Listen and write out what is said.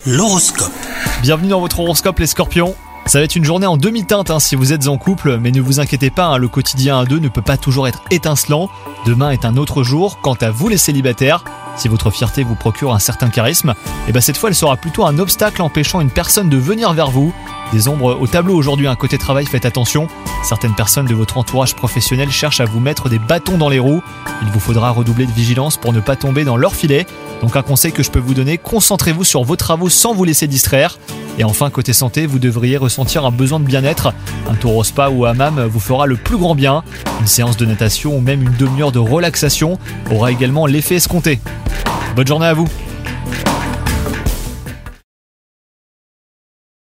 L'horoscope. Bienvenue dans votre horoscope les scorpions. Ça va être une journée en demi-teinte si vous êtes en couple, mais ne vous inquiétez pas, le quotidien à deux ne peut pas toujours être étincelant. Demain est un autre jour. Quant à vous les célibataires, si votre fierté vous procure un certain charisme, cette fois elle sera plutôt un obstacle empêchant une personne de venir vers vous. Des ombres au tableau aujourd'hui, côté travail, faites attention. Certaines personnes de votre entourage professionnel cherchent à vous mettre des bâtons dans les roues. Il vous faudra redoubler de vigilance pour ne pas tomber dans leur filet. Donc un conseil que je peux vous donner, concentrez-vous sur vos travaux sans vous laisser distraire. Et enfin, côté santé, vous devriez ressentir un besoin de bien-être. Un tour au spa ou hammam vous fera le plus grand bien. Une séance de natation ou même une demi-heure de relaxation aura également l'effet escompté. Bonne journée à vous!